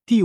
第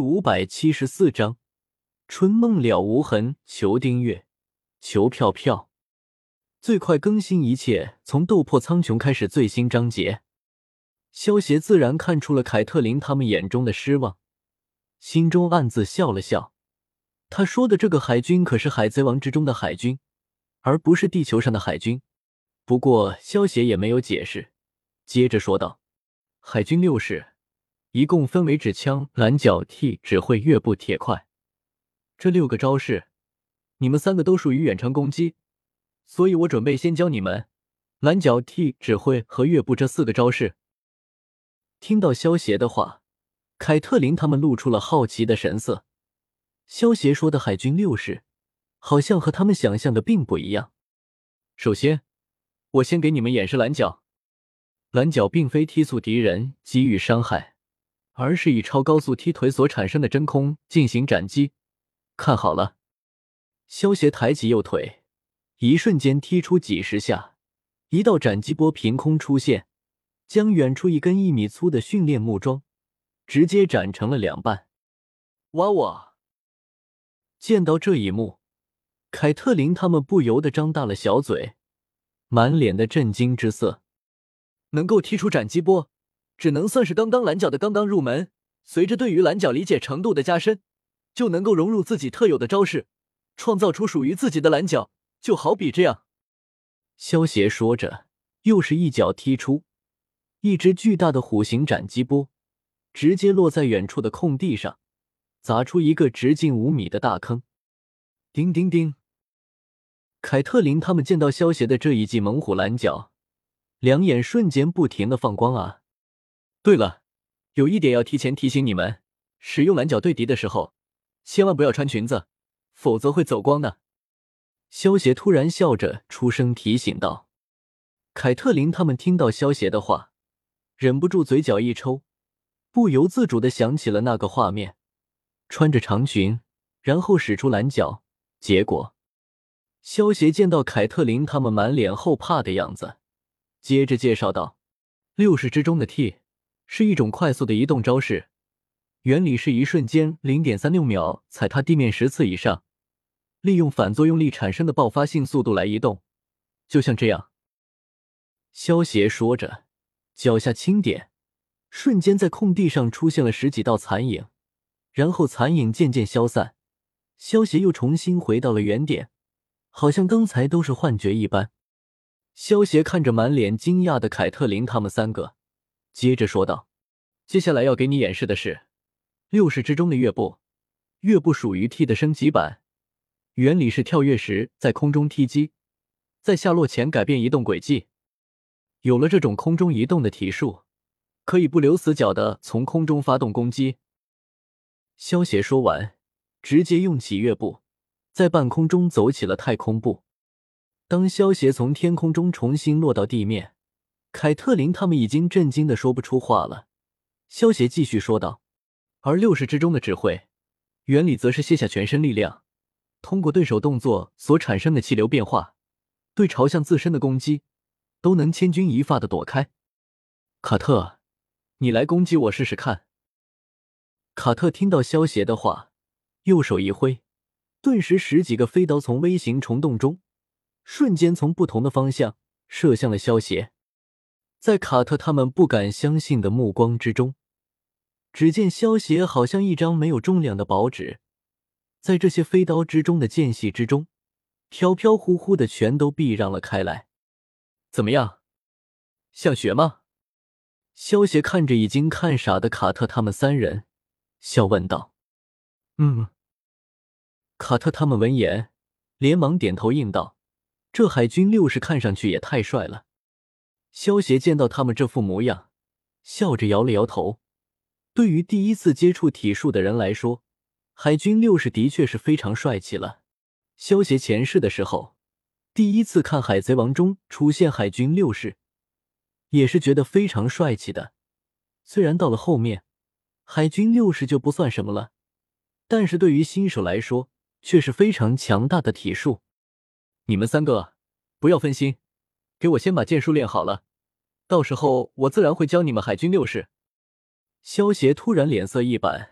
574章春梦了无痕。求订阅，求票票，最快更新一切从斗破苍穹开始最新章节。萧协自然看出了凯特琳他们眼中的失望，心中暗自笑了笑。他说的这个海军可是海贼王之中的海军，而不是地球上的海军。不过萧协也没有解释，接着说道：海军6式一共分为指枪、蓝角、T 指挥、月步、铁块这6个招式，你们3个都属于远程攻击，所以我准备先教你们蓝角、T 指挥和月步这4个招式。听到萧协的话，凯特琳他们露出了好奇的神色。萧协说的海军6式好像和他们想象的并不一样。首先，我先给你们演示蓝角。蓝角并非踢速敌人给予伤害，而是以超高速踢腿所产生的真空进行斩击。看好了。萧协抬起右腿，一瞬间踢出几十下，一道斩击波凭空出现，将远处一根1米粗的训练木桩直接斩成了2半。哇哇！见到这一幕，凯特琳他们不由得张大了小嘴，满脸的震惊之色。能够踢出斩击波，只能算是刚刚蓝角的刚刚入门，随着对于蓝角理解程度的加深，就能够融入自己特有的招式，创造出属于自己的蓝角，就好比这样。萧协说着，又是一脚踢出，一只巨大的虎形斩击波直接落在远处的空地上，砸出一个直径5米的大坑。叮叮叮！凯特琳他们见到萧协的这一记猛虎蓝角，两眼瞬间不停的放光啊！对了，有一点要提前提醒你们，使用蓝角对敌的时候，千万不要穿裙子，否则会走光的。萧协突然笑着出声提醒道。凯特琳他们听到萧协的话，忍不住嘴角一抽，不由自主地想起了那个画面，穿着长裙，然后使出蓝角，结果萧协见到凯特琳他们满脸后怕的样子，接着介绍道：6式之中的 T 是一种快速的移动招式，原理是一瞬间 0.36 秒踩踏地面10次以上，利用反作用力产生的爆发性速度来移动，就像这样。萧协说着，脚下轻点，瞬间在空地上出现了10几道残影，然后残影渐渐消散，萧协又重新回到了原点，好像刚才都是幻觉一般。萧协看着满脸惊讶的凯特琳他们3个，接着说道：接下来要给你演示的是6式之中的月步。月步属于 T 的升级版，原理是跳跃时在空中踢击，在下落前改变移动轨迹。有了这种空中移动的体术，可以不留死角的从空中发动攻击。萧协说完，直接用起月步，在半空中走起了太空步。当萧协从天空中重新落到地面，凯特琳他们已经震惊的说不出话了。萧协继续说道：而6式之中的指挥，原理则是卸下全身力量，通过对手动作所产生的气流变化，对朝向自身的攻击都能千钧一发的躲开。卡特，你来攻击我试试看。卡特听到萧协的话，右手一挥，顿时10几个飞刀从微型虫洞中瞬间从不同的方向射向了萧协。在卡特他们不敢相信的目光之中，只见萧协好像一张没有重量的薄纸，在这些飞刀之中的间隙之中，飘飘忽忽的全都避让了开来。怎么样？想学吗？萧协看着已经看傻的卡特他们3人，笑问道。卡特他们闻言连忙点头应道，这海军6式看上去也太帅了。萧协见到他们这副模样，笑着摇了摇头。对于第一次接触体术的人来说，海军6式的确是非常帅气了。萧协前世的时候，第一次看海贼王中出现海军6式，也是觉得非常帅气的。虽然到了后面，海军6式就不算什么了，但是对于新手来说，却是非常强大的体术。你们3个不要分心，给我先把剑术练好了，到时候我自然会教你们海军6式。萧协突然脸色一板，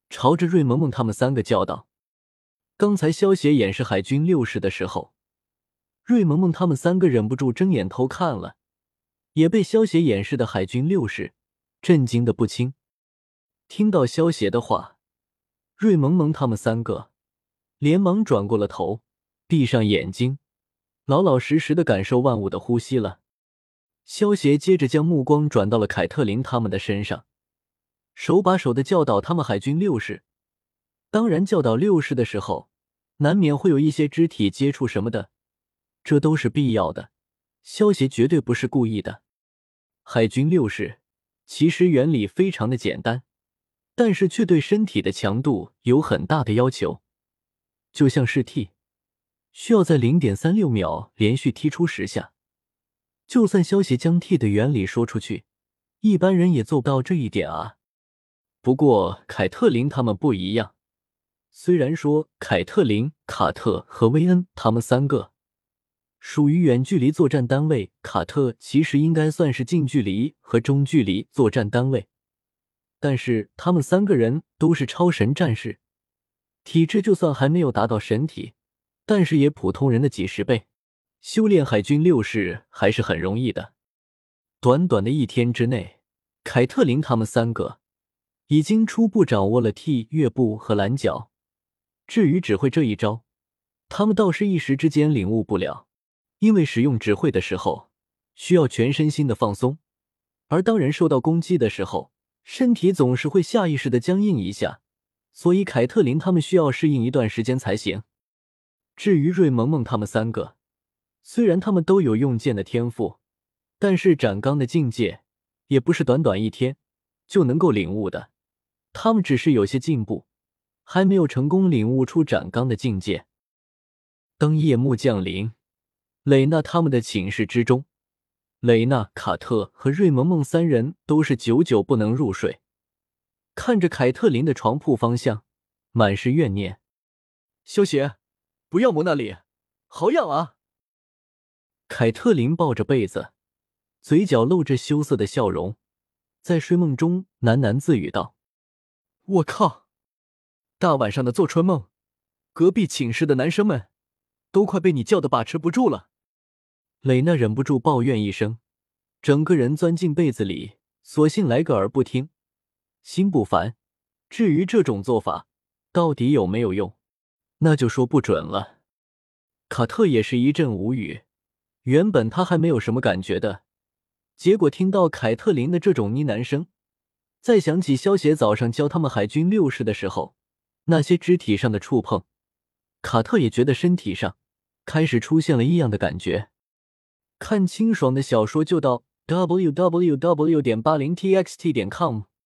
朝着瑞萌萌他们三个叫道：“刚才萧协演示海军六式的时候，瑞萌萌他们三个忍不住睁眼偷看了，也被萧协演示的海军六式震惊的不轻。听到萧协的话，瑞萌萌他们三个连忙转过了头，闭上眼睛，老老实实的感受万物的呼吸了。萧协接着将目光转到了凯特琳他们的身上，手把手的教导他们海军六式。当然教导六式的时候，难免会有一些肢体接触什么的，这都是必要的，萧协绝对不是故意的。海军六式其实原理非常的简单，但是却对身体的强度有很大的要求，就像是踢，需要在 0.36 秒连续踢出10下。就算萧协将踢的原理说出去，一般人也做不到这一点啊。不过凯特琳他们不一样，虽然说凯特琳、卡特和薇恩他们三个属于远距离作战单位，卡特其实应该算是近距离和中距离作战单位，但是他们三个人都是超神战士，体质就算还没有达到神体，但是也普通人的几十倍。修炼海军六式还是很容易的。短短的1天之内，凯特琳他们三个已经初步掌握了踢、跃步和拦脚。至于指挥这一招，他们倒是一时之间领悟不了，因为使用指挥的时候需要全身心的放松，而当人受到攻击的时候，身体总是会下意识的僵硬一下，所以凯特琳他们需要适应一段时间才行。至于瑞萌萌他们三个，虽然他们都有用剑的天赋，但是斩钢的境界也不是短短1天就能够领悟的，他们只是有些进步，还没有成功领悟出斩钢的境界。当夜幕降临，蕾娜他们的寝室之中，蕾娜、卡特和瑞萌萌三人都是久久不能入睡，看着凯特琳的床铺方向，满是怨念。萧协，不要摸那里，好痒啊！凯特琳抱着被子，嘴角露着羞涩的笑容，在睡梦中喃喃自语道：我靠，大晚上的做春梦，隔壁寝室的男生们都快被你叫得把持不住了。蕾娜忍不住抱怨一声，整个人钻进被子里，索性来个耳不听心不烦。至于这种做法到底有没有用，那就说不准了。卡特也是一阵无语，原本他还没有什么感觉的，结果听到凯特琳的这种呢喃声，再想起萧协早上教他们海军六式的时候那些肢体上的触碰，卡特也觉得身体上开始出现了异样的感觉。看清爽的小说就到 www.80txt.com